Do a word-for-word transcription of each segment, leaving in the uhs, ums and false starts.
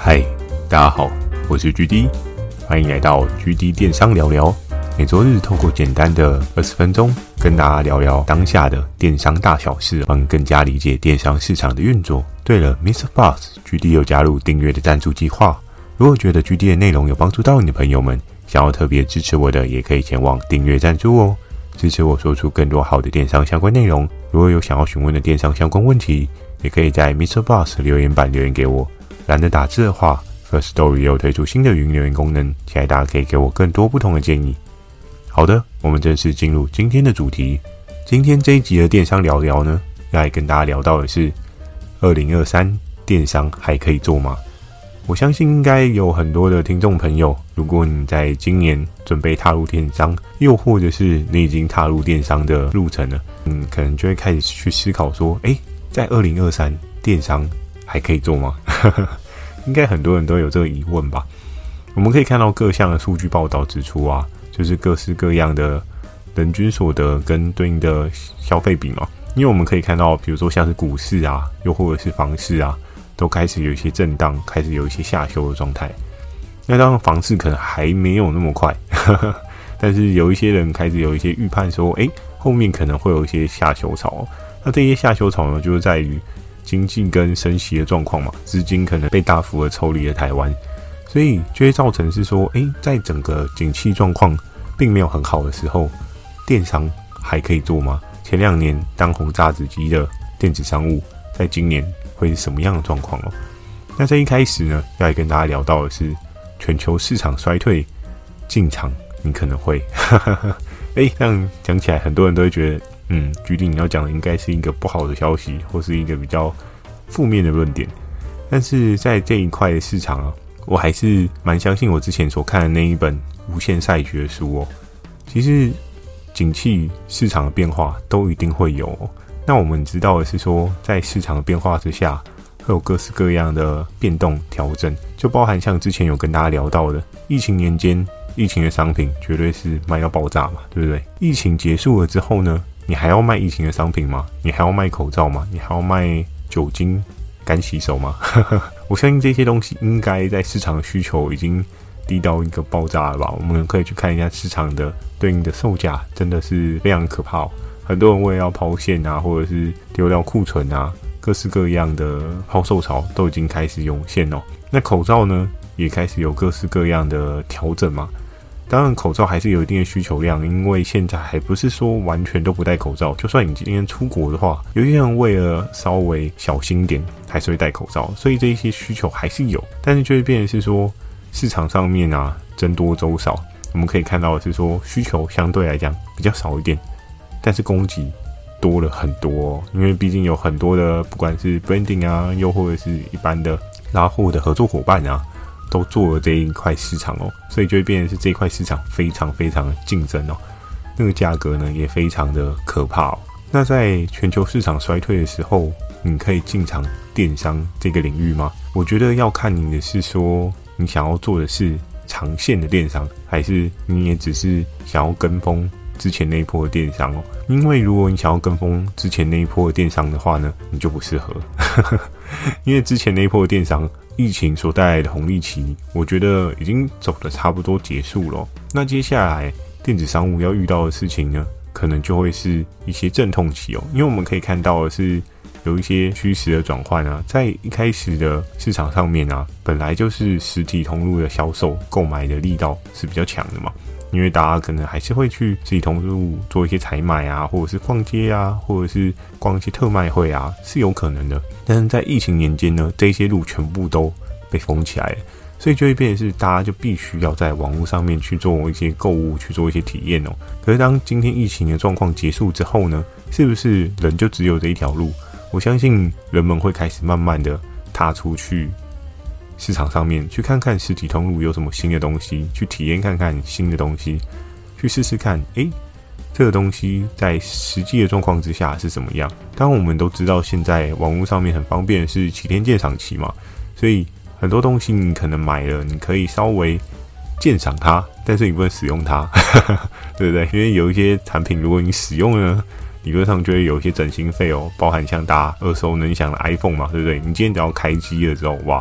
嗨，大家好，我是 G D， 欢迎来到 G D 电商聊聊。每周日透过简单的二十分钟，跟大家聊聊当下的电商大小事，帮你更加理解电商市场的运作。对了 ，Mister Boss，G D 有加入订阅的赞助计划。如果觉得 G D 的内容有帮助到你的朋友们，想要特别支持我的，也可以前往订阅赞助哦，支持我说出更多好的电商相关内容。如果有想要询问的电商相关问题，也可以在 Mister Boss 留言板留言给我。懒得打字的话 ，Firstory 也有推出新的语音留言功能，期待大家可以给我更多不同的建议。好的，我们正式进入今天的主题。今天这一集的电商聊聊呢，要来跟大家聊到的是二零二三电商还可以做吗？我相信应该有很多的听众朋友，如果你在今年准备踏入电商，又或者是你已经踏入电商的路程了，嗯，可能就会开始去思考说，诶，在二零二三电商还可以做吗？应该很多人都有这个疑问吧。我们可以看到各项的数据报道指出啊，就是各式各样的人均所得跟对应的消费比嘛。因为我们可以看到，比如说像是股市啊，又或者是房市啊，都开始有一些震荡，开始有一些下修的状态。那当然房市可能还没有那么快，但是有一些人开始有一些预判说，诶，后面可能会有一些下修潮。那这些下修潮呢，就是在于经济跟升息的状况嘛，资金可能被大幅的抽离了台湾，所以就会造成是说，诶，在整个景气状况并没有很好的时候，电商还可以做吗？前两年当红炸子鸡的电子商务，在今年会是什么样的状况哦？那在一开始呢，要来跟大家聊到的是全球市场衰退进场，你可能会，诶，这样讲起来，很多人都会觉得，嗯，决定你要讲的应该是一个不好的消息，或是一个比较负面的论点。但是在这一块的市场啊，我还是蛮相信我之前所看的那一本无限赛局的书哦。其实景气市场的变化都一定会有哦。那我们知道的是说，在市场的变化之下，会有各式各样的变动调整，就包含像之前有跟大家聊到的，疫情年间，疫情的商品绝对是卖到爆炸嘛，对不对？疫情结束了之后呢，你还要卖疫情的商品吗？你还要卖口罩吗？你还要卖酒精、干洗手吗？我相信这些东西应该在市场的需求已经低到一个爆炸了吧？我们可以去看一下市场的对应的售价，真的是非常可怕哦。很多人为了要抛线啊，或者是丢掉库存啊，各式各样的抛售潮都已经开始涌现哦。那口罩呢，也开始有各式各样的调整嘛。当然口罩还是有一定的需求量，因为现在还不是说完全都不戴口罩，就算你今天出国的话，有些人为了稍微小心点还是会戴口罩，所以这一些需求还是有，但是就会变成是说市场上面啊僧多粥少，我们可以看到的是说需求相对来讲比较少一点，但是供给多了很多哦，因为毕竟有很多的不管是 branding 啊，又或者是一般的拉货的合作伙伴啊，都做了这一块市场哦，所以就会变成是这一块市场非常非常的竞争哦，那个价格呢也非常的可怕哦。那在全球市场衰退的时候，你可以进场电商这个领域吗？我觉得要看你的是说，你想要做的是长线的电商，还是你也只是想要跟风之前那一波的电商哦。因为如果你想要跟风之前那一波的电商的话呢，你就不适合，因为之前那一波的电商，疫情所带来的红利期，我觉得已经走得差不多结束了。那接下来电子商务要遇到的事情呢，可能就会是一些阵痛期哦。因为我们可以看到的是，有一些虚实的转换啊，在一开始的市场上面啊，本来就是实体通路的销售购买的力道是比较强的嘛。因为大家可能还是会去实体通路做一些采买啊，或者是逛街啊，或者是逛一些特卖会啊，是有可能的。但是在疫情年间呢，这些路全部都被封起来了，所以就会变成是大家就必须要在网络上面去做一些购物，去做一些体验哦。可是当今天疫情的状况结束之后呢，是不是人就只有这一条路？我相信人们会开始慢慢的踏出去市场上面，去看看实体通路有什么新的东西，去体验看看新的东西，去试试看，诶，这个东西在实际的状况之下是怎么样。当然我们都知道现在网络上面很方便的是几天鉴赏期嘛，所以很多东西你可能买了，你可以稍微鉴赏它，但是你不能使用它对不对？因为有一些产品如果你使用了，理论上就会有一些整新费哦，包含像大家耳熟能详的 iPhone 嘛，对不对？你今天只要开机了之后，哇，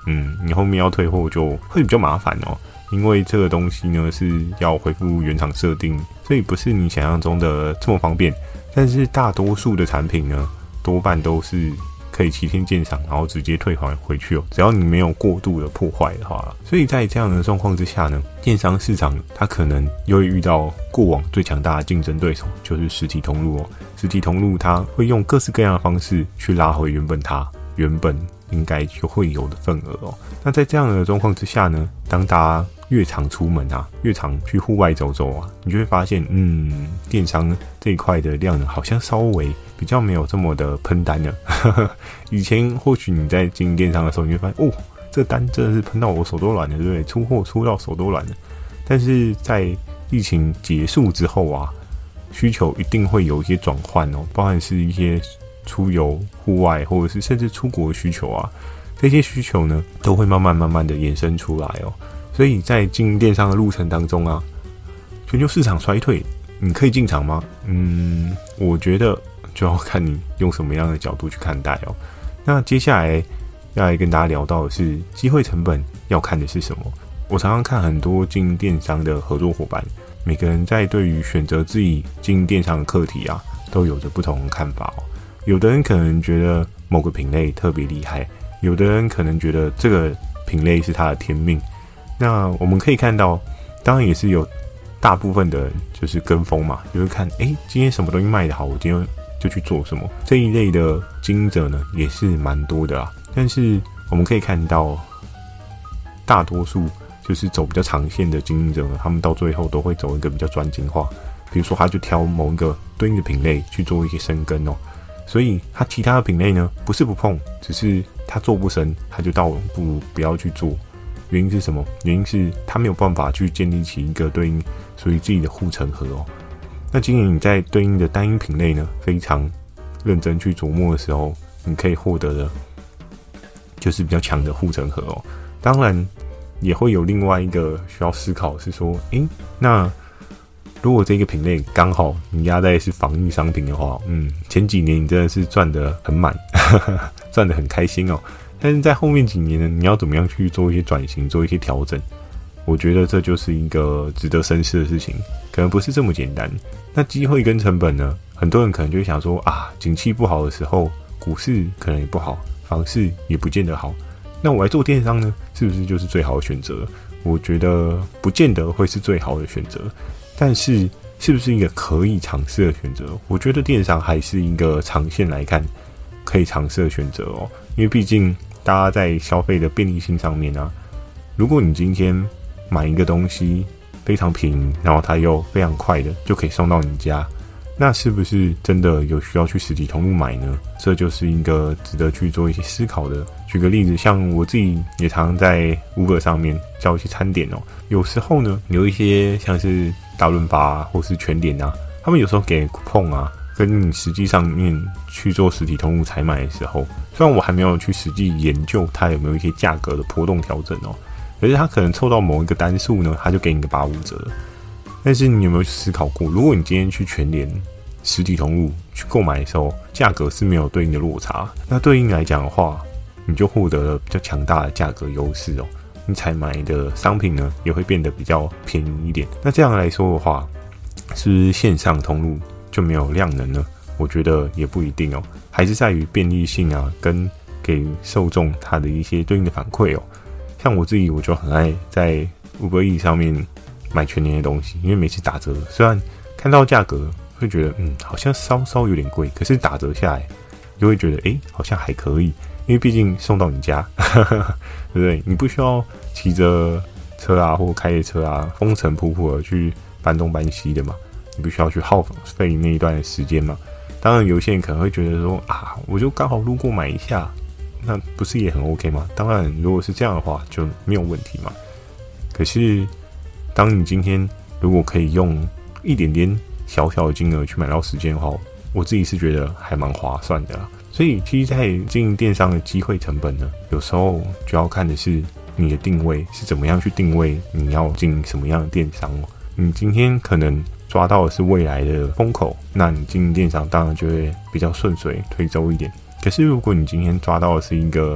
嗯，你后面要退货就会比较麻烦哦，因为这个东西呢是要恢复原厂设定，所以不是你想象中的这么方便。但是大多数的产品呢，多半都是可以七天鉴赏，然后直接退还回去哦，只要你没有过度的破坏的话。所以在这样的状况之下呢，电商市场它可能又会遇到过往最强大的竞争对手，就是实体通路哦。实体通路它会用各式各样的方式去拉回原本它原本应该就会有的份额哦。那在这样的状况之下呢，当大家越常出门啊，越常去户外走走啊，你就会发现，嗯，电商这一块的量呢，好像稍微比较没有这么的喷单了。以前或许你在经营电商的时候，你会发现，哦，这单真的是喷到我手都软了，对不对？出货出到手都软了。但是在疫情结束之后啊，需求一定会有一些转换哦，包含是一些出游、户外，或者是甚至出国的需求啊，这些需求呢，都会慢慢慢慢的衍生出来哦。所以在经营电商的路程当中啊，全球市场衰退，你可以进场吗？嗯，我觉得就要看你用什么样的角度去看待哦。那接下来要来跟大家聊到的是机会成本要看的是什么？我常常看很多经营电商的合作伙伴，每个人在对于选择自己经营电商的课题啊，都有着不同的看法哦。有的人可能觉得某个品类特别厉害，有的人可能觉得这个品类是他的天命。那我们可以看到，当然也是有大部分的人就是跟风嘛，就是看，哎、欸，今天什么东西卖得好，我今天就去做什么。这一类的经营者呢，也是蛮多的啦。但是我们可以看到，大多数就是走比较长线的经营者呢，他们到最后都会走一个比较专精化。比如说，他就挑某一个对应的品类去做一些深耕哦。所以他其他的品类呢，不是不碰，只是他做不深，他就倒不如不要去做。原因是什么？原因是他没有办法去建立起一个对应属于自己的护城河哦。那今年你在对应的单一品类呢，非常认真去琢磨的时候，你可以获得的就是比较强的护城河哦。当然，也会有另外一个需要思考是说，诶，那如果这个品类刚好你压在是防疫商品的话，嗯，前几年你真的是赚得很满，赚得很开心哦。但是在后面几年呢，你要怎么样去做一些转型，做一些调整？我觉得这就是一个值得深思的事情，可能不是这么简单。那机会跟成本呢？很多人可能就会想说啊，景气不好的时候，股市可能也不好，房市也不见得好。那我来做电商呢，是不是就是最好的选择？我觉得不见得会是最好的选择，但是是不是一个可以尝试的选择？我觉得电商还是一个长线来看可以尝试的选择哦，因为毕竟大家在消费的便利性上面啊，如果你今天买一个东西非常便宜，然后它又非常快的就可以送到你家，那是不是真的有需要去实体通路买呢？这就是一个值得去做一些思考的。举个例子，像我自己也常常在 Uber 上面叫一些餐点哦，有时候呢，有一些像是大润发啊，或是全联啊，他们有时候给 coupon 啊，跟你实际上面去做实体通路采买的时候，虽然我还没有去实际研究它有没有一些价格的波动调整哦，可是它可能凑到某一个单数呢，它就给你个八五折。但是你有没有思考过，如果你今天去全联实体通路去购买的时候，价格是没有对应的落差，那对应来讲的话，你就获得了比较强大的价格优势哦。你采买的商品呢，也会变得比较便宜一点。那这样来说的话，是不是线上通路就没有量能呢？我觉得也不一定哦，还是在于便利性啊，跟给受众他的一些对应的反馈哦。像我自己，我就很爱在 Uber Eats 上面买全年的东西，因为每次打折，虽然看到价格会觉得嗯好像稍稍有点贵，可是打折下来就会觉得诶好像还可以，因为毕竟送到你家，对不对？你不需要骑着车啊或开着车啊风尘仆仆的去搬东搬西的嘛，你不需要去耗费那一段的时间嘛。当然有些人可能会觉得说啊，我就刚好路过买一下，那不是也很 OK 吗？当然如果是这样的话就没有问题嘛。可是当你今天如果可以用一点点小小的金额去买到时间的话，我自己是觉得还蛮划算的啦。所以其实在经营电商的机会成本呢，有时候就要看的是你的定位是怎么样去定位你要经营什么样的电商哦。你今天可能抓到的是未来的风口，那你经营电商当然就会比较顺水推舟一点。可是如果你今天抓到的是一个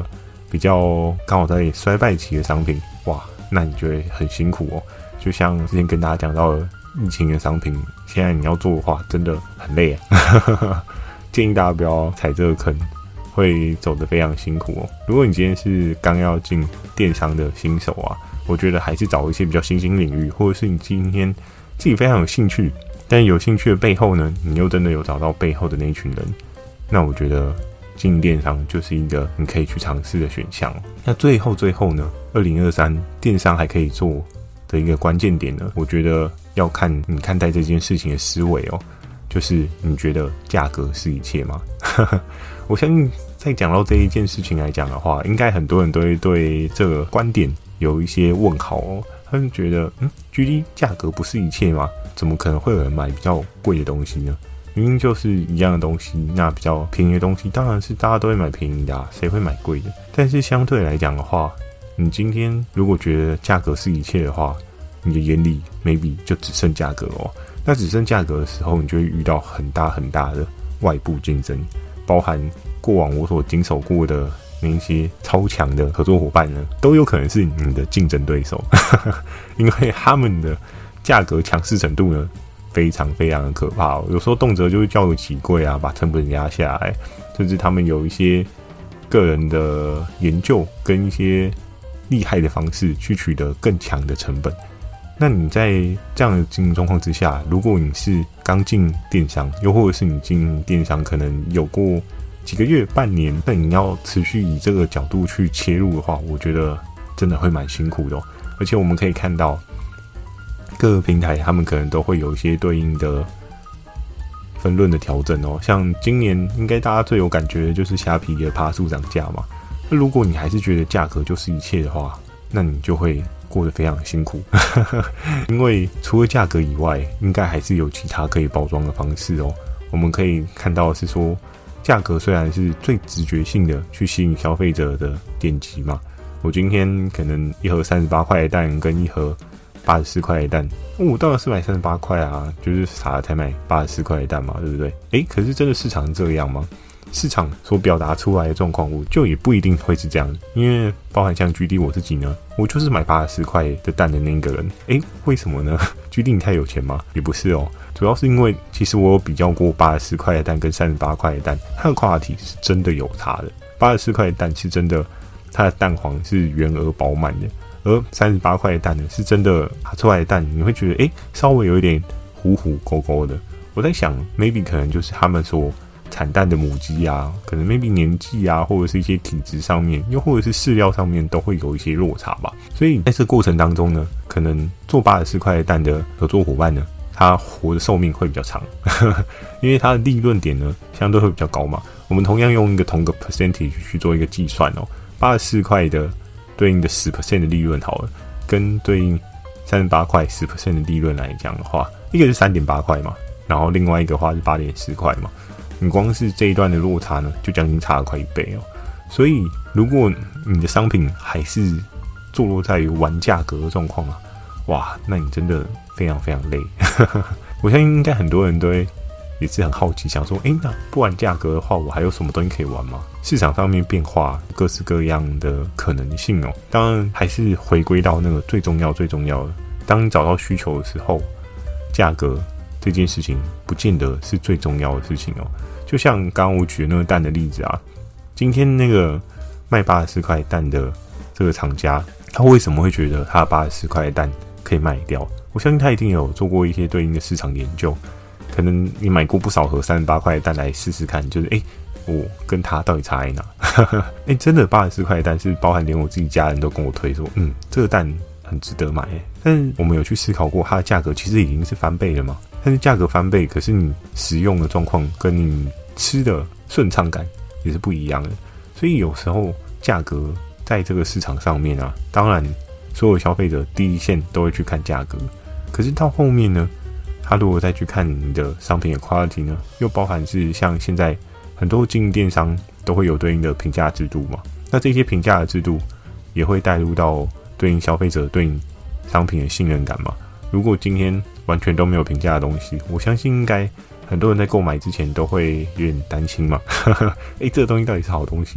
比较刚好在衰败期的商品，哇，那你就会很辛苦哦。就像之前跟大家讲到的疫情的商品，现在你要做的话，真的很累啊。建议大家不要踩这个坑，会走得非常辛苦哦。如果你今天是刚要进电商的新手啊，我觉得还是找一些比较新兴领域，或者是你今天自己非常有兴趣，但有兴趣的背后呢，你又真的有找到背后的那一群人，那我觉得经营电商就是一个你可以去尝试的选项。那最后最后呢，二零二三电商还可以做的一个关键点呢，我觉得要看你看待这件事情的思维哦，就是你觉得价格是一切吗？我相信在讲到这一件事情来讲的话，应该很多人都会对这个观点有一些问号哦。他们觉得，嗯 ，G D 价格不是一切吗？怎么可能会有人买比较贵的东西呢？明明就是一样的东西，那比较便宜的东西，当然是大家都会买便宜的啊，谁会买贵的？但是相对来讲的话，你今天如果觉得价格是一切的话，你的眼里 maybe 就只剩价格哦。那只剩价格的时候，你就会遇到很大很大的外部竞争，包含过往我所经手过的那一些超强的合作伙伴呢，都有可能是你的竞争对手，因为他们的价格强势程度呢，非常非常的可怕哦。有时候动辄就会叫个起贵啊，把成本压下来，甚至他们有一些个人的研究跟一些厉害的方式去取得更强的成本。那你在这样的经营状况之下，如果你是刚进电商，又或者是你进电商可能有过几个月、半年，那你要持续以这个角度去切入的话，我觉得真的会蛮辛苦的哦。而且我们可以看到，各个平台他们可能都会有一些对应的分论的调整哦。像今年应该大家最有感觉的就是虾皮的趴数涨价嘛。那如果你还是觉得价格就是一切的话，那你就会过得非常辛苦，因为除了价格以外，应该还是有其他可以包装的方式哦。我们可以看到的是说，价格虽然是最直觉性的去吸引消费者的点击嘛，我今天可能一盒三十八块的蛋跟一盒八十四块的蛋，我、哦、当然是买三十八块啊，就是傻了才买八十四块的蛋嘛，对不对？诶，可是真的市场是这样吗？市场所表达出来的状况，我就也不一定会是这样，因为包含像 G D 我自己呢，我就是买八十四块的蛋的那一个人。诶，为什么呢 ？G D 你太有钱吗？也不是哦，主要是因为其实我有比较过八十四块的蛋跟三十八块的蛋，它的 quality 是真的有差的。八十四块的蛋是真的，它的蛋黄是圆而饱满的，而三十八块的蛋呢，是真的打出来的蛋，你会觉得诶，稍微有一点糊糊勾勾的。我在想 ，maybe 可能就是他们所产蛋的母鸡啊，可能 maybe 年纪啊，或者是一些体质上面，又或者是饲料上面，都会有一些落差吧。所以在这个过程当中呢，可能做八十四块蛋的合作伙伴呢，他活的寿命会比较长，因为他的利润点呢相对会比较高嘛。我们同样用一个同个 percentage 去做一个计算哦，八十四块的对应的 百分之十 的利润好了，跟对应三十八块 百分之十 的利润来讲的话，一个是 三点八块嘛，然后另外一个的话是 八点四块嘛。你光是这一段的落差呢，就将近差了快一倍哦。所以，如果你的商品还是坐落在于玩价格的状况啊，哇，那你真的非常非常累。我相信应该很多人都会也是很好奇，想说，诶，那不玩价格的话，我还有什么东西可以玩吗？市场上面变化各式各样的可能性哦。当然，还是回归到那个最重要、最重要的，当你找到需求的时候，价格这件事情不见得是最重要的事情哦。就像刚刚我举的那个蛋的例子啊，今天那个卖八十四块蛋的这个厂家，他为什么会觉得他八十四块的蛋可以卖掉？我相信他一定有做过一些对应的市场研究，可能你买过不少盒三十八块的蛋来试试看，就是诶，我跟他到底差在哪？诶，真的八十四块的蛋是包含连我自己家人都跟我推说，嗯，这个蛋很值得买诶。但是我们有去思考过，它的价格其实已经是翻倍了嘛。但是价格翻倍，可是你使用的状况跟你吃的顺畅感也是不一样的。所以有时候价格在这个市场上面啊，当然所有消费者第一线都会去看价格，可是到后面呢，他如果再去看你的商品的 quality 呢，又包含是像现在很多经营电商都会有对应的评价制度嘛。那这些评价的制度也会带入到对应消费者对应商品的信任感嘛。如果今天完全都没有评价的东西，我相信应该很多人在购买之前都会有点担心嘛。诶，这个东西到底是好东西吗？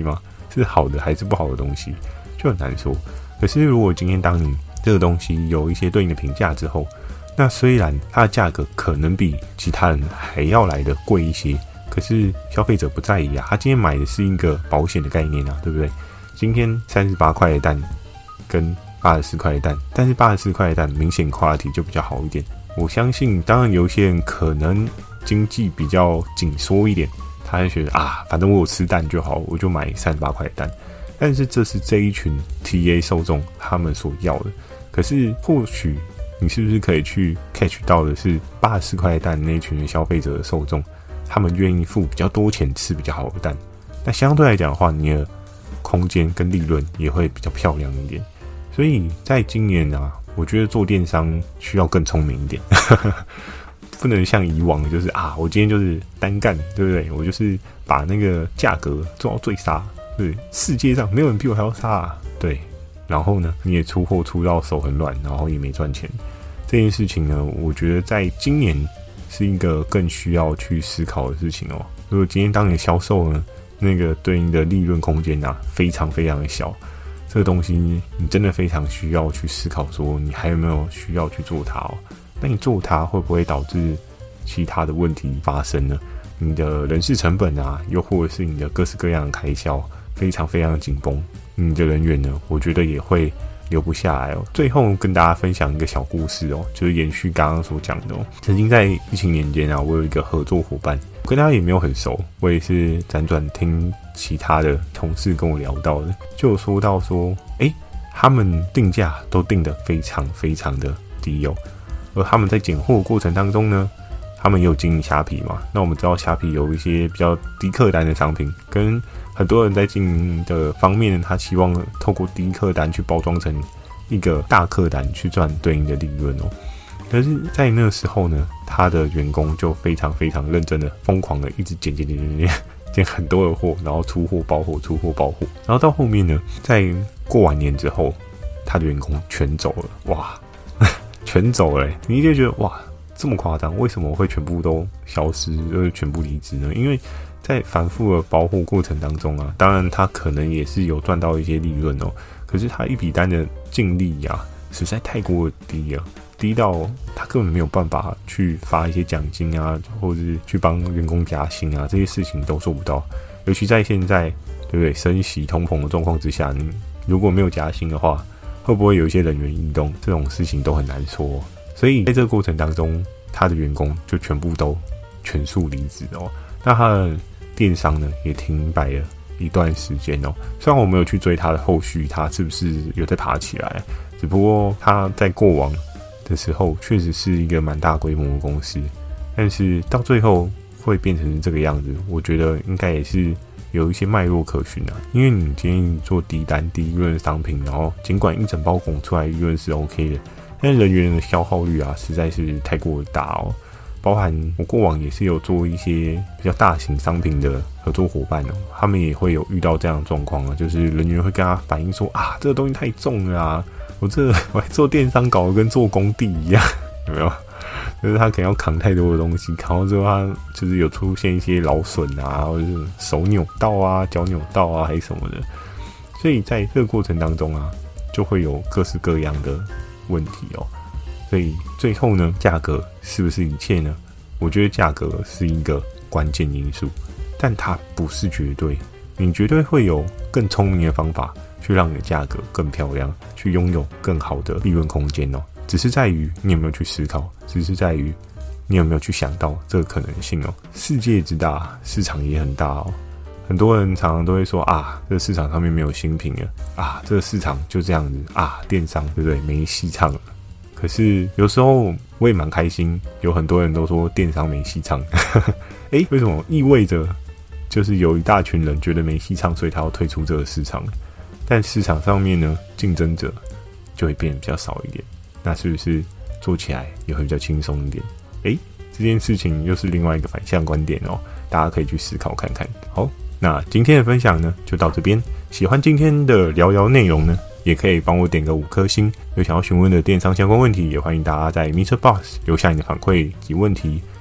是好的还是不好的东西，就很难说。可是如果今天当你这个东西有一些对应的评价之后，那虽然它的价格可能比其他人还要来的贵一些，可是消费者不在意啊，他今天买的是一个保险的概念啊，对不对？今天三十八块的蛋跟八十四块的蛋，但是八十四块的蛋明显 quality 就比较好一点。我相信，当然有些人可能经济比较紧缩一点，他会觉得啊，反正我有吃蛋就好，我就买三十八块的蛋。但是这是这一群 T A 受众他们所要的。可是或许你是不是可以去 catch 到的是八十四块的蛋那一群的消费者的受众，他们愿意付比较多钱吃比较好的蛋。那相对来讲的话，你的空间跟利润也会比较漂亮一点。所以在今年啊，我觉得做电商需要更聪明一点，不能像以往就是啊，我今天就是单干，对不对？我就是把那个价格做到最杀，对，世界上没有人比我还要杀啊，对。然后呢，你也出货出到手很软，然后也没赚钱。这件事情呢，我觉得在今年是一个更需要去思考的事情哦。如果今天当你销售呢，那个对应的利润空间啊，非常非常的小，这个东西你真的非常需要去思考，说你还有没有需要去做它哦？那你做它会不会导致其他的问题发生呢？你的人事成本啊，又或者是你的各式各样的开销，非常非常紧绷。你的人员呢，我觉得也会留不下来哦。最后跟大家分享一个小故事哦，就是延续刚刚所讲的哦。曾经在疫情年间啊，我有一个合作伙伴，跟他也没有很熟，我也是辗转听其他的同事跟我聊到的，就有说到说，诶，他们定价都定得非常非常的低哦，而他们在拣货过程当中呢，他们也有经营虾皮嘛，那我们知道虾皮有一些比较低客单的商品，跟很多人在经营的方面呢，他希望透过低客单去包装成一个大客单去赚对应的利润哦。可是在那个时候呢，他的员工就非常非常认真的疯狂的一直捡捡捡捡捡捡很多的货，然后出货包货出货包货，然后到后面呢，在过完年之后，他的员工全走了，哇，全走了，你就觉得哇，这么夸张，为什么会全部都消失，就是全部离职呢？因为在反复的包货过程当中啊，当然他可能也是有赚到一些利润哦，可是他一笔单的净利啊，实在太过低了，低到他根本没有办法去发一些奖金啊，或者是去帮员工加薪啊，这些事情都做不到。尤其在现在，对不对？升息通膨的状况之下，你如果没有加薪的话，会不会有一些人员异动？这种事情都很难说哦。所以在这个过程当中，他的员工就全部都全数离职哦。那他的电商呢也停摆了一段时间哦。虽然我没有去追他的后续，他是不是有在爬起来？只不过他在过往的时候确实是一个蛮大规模的公司，但是到最后会变成这个样子，我觉得应该也是有一些脉络可循啊。因为你今天做低单低利润商品，然后尽管一整包拱出来利润是 OK 的，但人员的消耗率啊实在是太过大哦。包含我过往也是有做一些比较大型商品的合作伙伴哦，他们也会有遇到这样的状况啊，就是人员会跟他反映说啊，这个东西太重了啊，我这个我做电商搞得跟做工地一样，有没有？就是他可能要扛太多的东西，扛到之后他就是有出现一些劳损啊，或者是手扭到啊、脚扭到啊，还是什么的。所以在这个过程当中啊，就会有各式各样的问题哦。所以最后呢，价格是不是一切呢？我觉得价格是一个关键因素，但它不是绝对。你绝对会有更聪明的方法去让你的价格更漂亮，去拥有更好的利润空间哦。只是在于你有没有去思考，只是在于你有没有去想到这个可能性哦。世界之大，市场也很大哦。很多人常常都会说啊，这个市场上面没有新品了啊，这个市场就这样子啊，电商对不对？没戏唱了。可是有时候我也蛮开心，有很多人都说电商没戏唱，诶，为什么？意味着就是有一大群人觉得没戏唱，所以他要退出这个市场。但市场上面呢，竞争者就会变得比较少一点，那是不是做起来也会比较轻松一点？诶，这件事情又是另外一个反向观点哦，大家可以去思考看看。好，那今天的分享呢就到这边。喜欢今天的聊聊内容呢，也可以帮我点个五颗星。有想要询问的电商相关问题，也欢迎大家在 MixerBox 留下你的反馈及问题，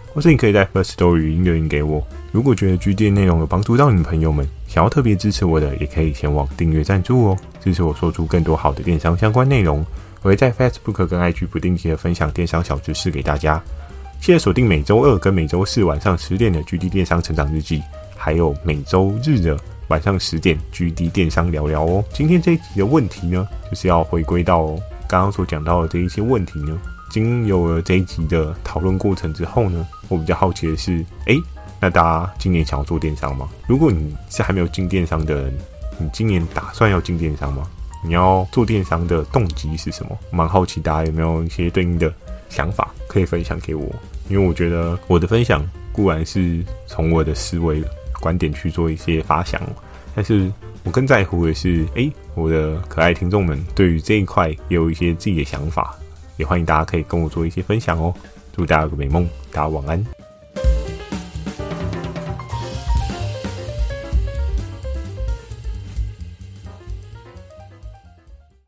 或是你可以在 Firstory 语音留言给我。如果觉得 G D 的内容有帮助到你的朋友们，想要特别支持我的，也可以前往订阅赞助哦，支持我说出更多好的电商相关内容。我会在 Facebook 跟 I G 不定期的分享电商小知识给大家。记得锁定每周二跟每周四晚上十点的 G D 电商成长日记，还有每周日的晚上十点 G D 电商聊聊哦。今天这一集的问题呢，就是要回归到刚刚所讲到的这一些问题呢，经有了这一集的讨论过程之后呢，我比较好奇的是，诶，那大家今年想要做电商吗？如果你是还没有进电商的人，你今年打算要进电商吗？你要做电商的动机是什么？蛮好奇大家有没有一些对应的想法可以分享给我，因为我觉得我的分享固然是从我的思维观点去做一些发想，但是我更在乎的是，诶，我的可爱听众们对于这一块也有一些自己的想法，也欢迎大家可以跟我做一些分享哦。祝大家有个美梦，大家晚安。